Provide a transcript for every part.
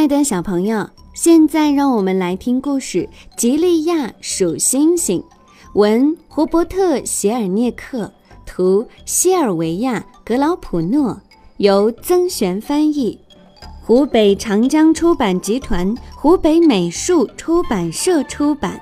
爱的小朋友，现在让我们来听故事《吉利亚数星星》，文胡伯特·席尔涅克，图西尔维亚·格劳普诺，由曾璇翻译，湖北长江出版集团湖北美术出版社出版。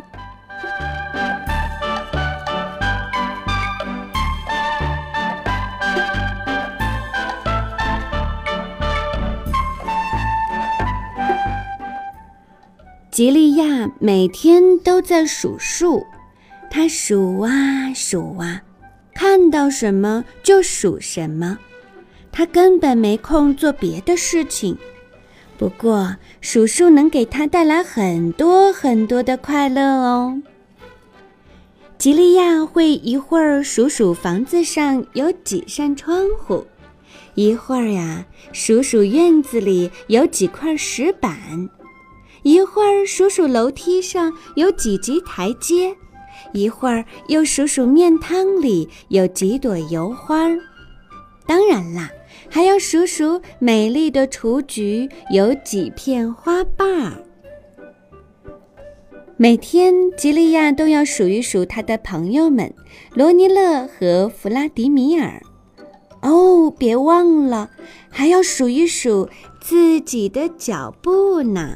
吉利亚每天都在数数，他数啊数啊，看到什么就数什么，他根本没空做别的事情。不过数数能给他带来很多很多的快乐哦。吉利亚会一会儿数数房子上有几扇窗户，一会儿呀数数院子里有几块石板，一会儿数数楼梯上有几级台阶，一会儿又数数面汤里有几朵油花。当然啦，还要数数美丽的雏菊有几片花瓣。每天吉利亚都要数一数他的朋友们罗尼勒和弗拉迪米尔。哦，别忘了还要数一数自己的脚步呢。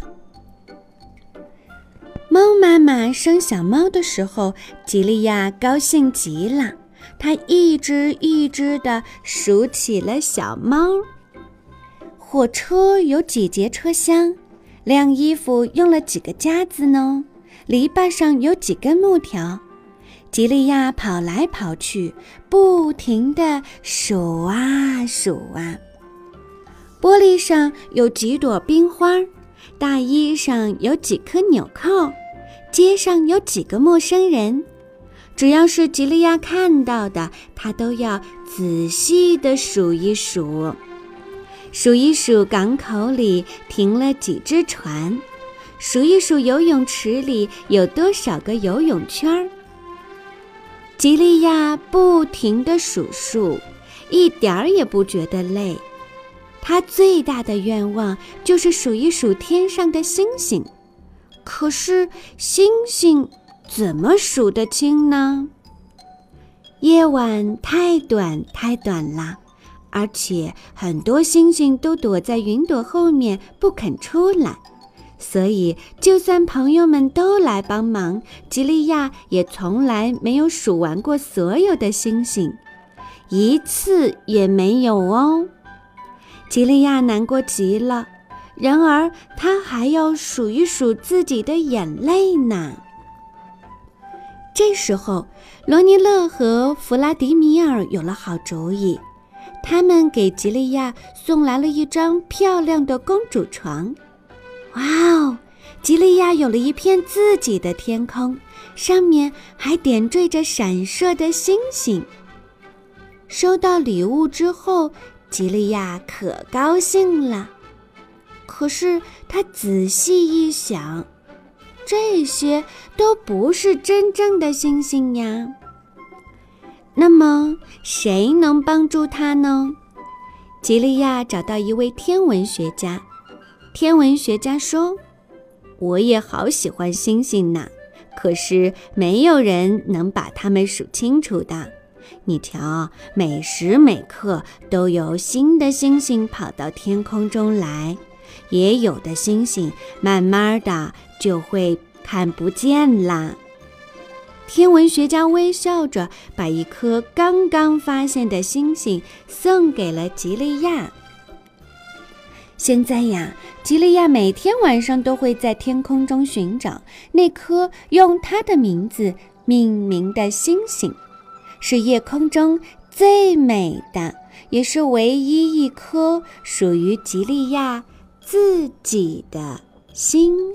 猫妈妈生小猫的时候，吉利亚高兴极了，她一只一只地数起了小猫。火车有几节车厢？晾衣服用了几个夹子呢？篱笆上有几根木条？吉利亚跑来跑去，不停地数啊数啊。玻璃上有几朵冰花，大衣上有几颗纽扣，街上有几个陌生人。只要是吉利亚看到的，他都要仔细地数一数。数一数港口里停了几只船，数一数游泳池里有多少个游泳圈。吉利亚不停地数数，一点儿也不觉得累。他最大的愿望就是数一数天上的星星。可是星星怎么数得清呢？夜晚太短太短了，而且很多星星都躲在云朵后面不肯出来，所以就算朋友们都来帮忙，吉利亚也从来没有数完过所有的星星，一次也没有哦。吉利亚难过极了，然而他还要数一数自己的眼泪呢。这时候罗尼勒和弗拉迪米尔有了好主意，他们给吉利亚送来了一张漂亮的公主床。哇哦，吉利亚有了一片自己的天空，上面还点缀着闪烁的星星。收到礼物之后，吉利亚可高兴了。可是他仔细一想，这些都不是真正的星星呀。那么谁能帮助他呢？吉利亚找到一位天文学家。天文学家说，我也好喜欢星星呢，可是没有人能把它们数清楚的。你瞧，每时每刻都有新的星星跑到天空中来，也有的星星慢慢的就会看不见啦。天文学家微笑着把一颗刚刚发现的星星送给了吉利亚。现在呀，吉利亚每天晚上都会在天空中寻找那颗用他的名字命名的星星，是夜空中最美的，也是唯一一颗属于吉利亚自己的星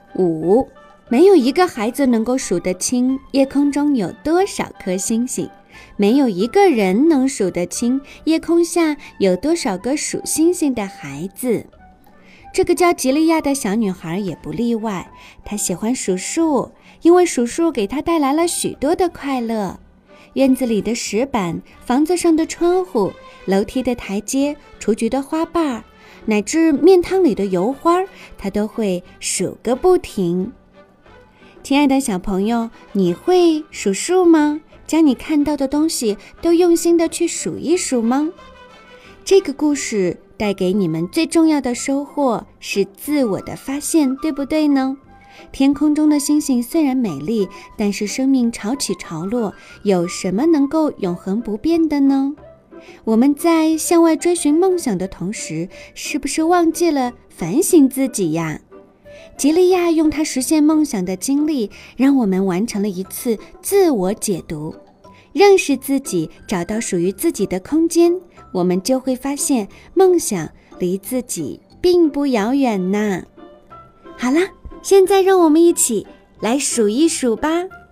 星。1、2、3、4、5，没有一个孩子能够数得清夜空中有多少颗星星， 没有一个人能数得清夜空下有多少个数星星的孩子。这个叫吉利亚的小女孩也不例外，她喜欢数数，因为数数给她带来了许多的快乐。院子里的石板，房子上的窗户，楼梯的台阶，雏菊的花瓣，乃至面汤里的油花，她都会数个不停。亲爱的小朋友，你会数数吗？将你看到的东西都用心的去数一数吗？这个故事带给你们最重要的收获是自我的发现，对不对呢？天空中的星星虽然美丽，但是生命潮起潮落，有什么能够永恒不变的呢？我们在向外追寻梦想的同时，是不是忘记了反省自己呀？吉利亚用他实现梦想的经历，让我们完成了一次自我解读，认识自己，找到属于自己的空间，我们就会发现梦想离自己并不遥远呢。好了，现在让我们一起来数一数吧。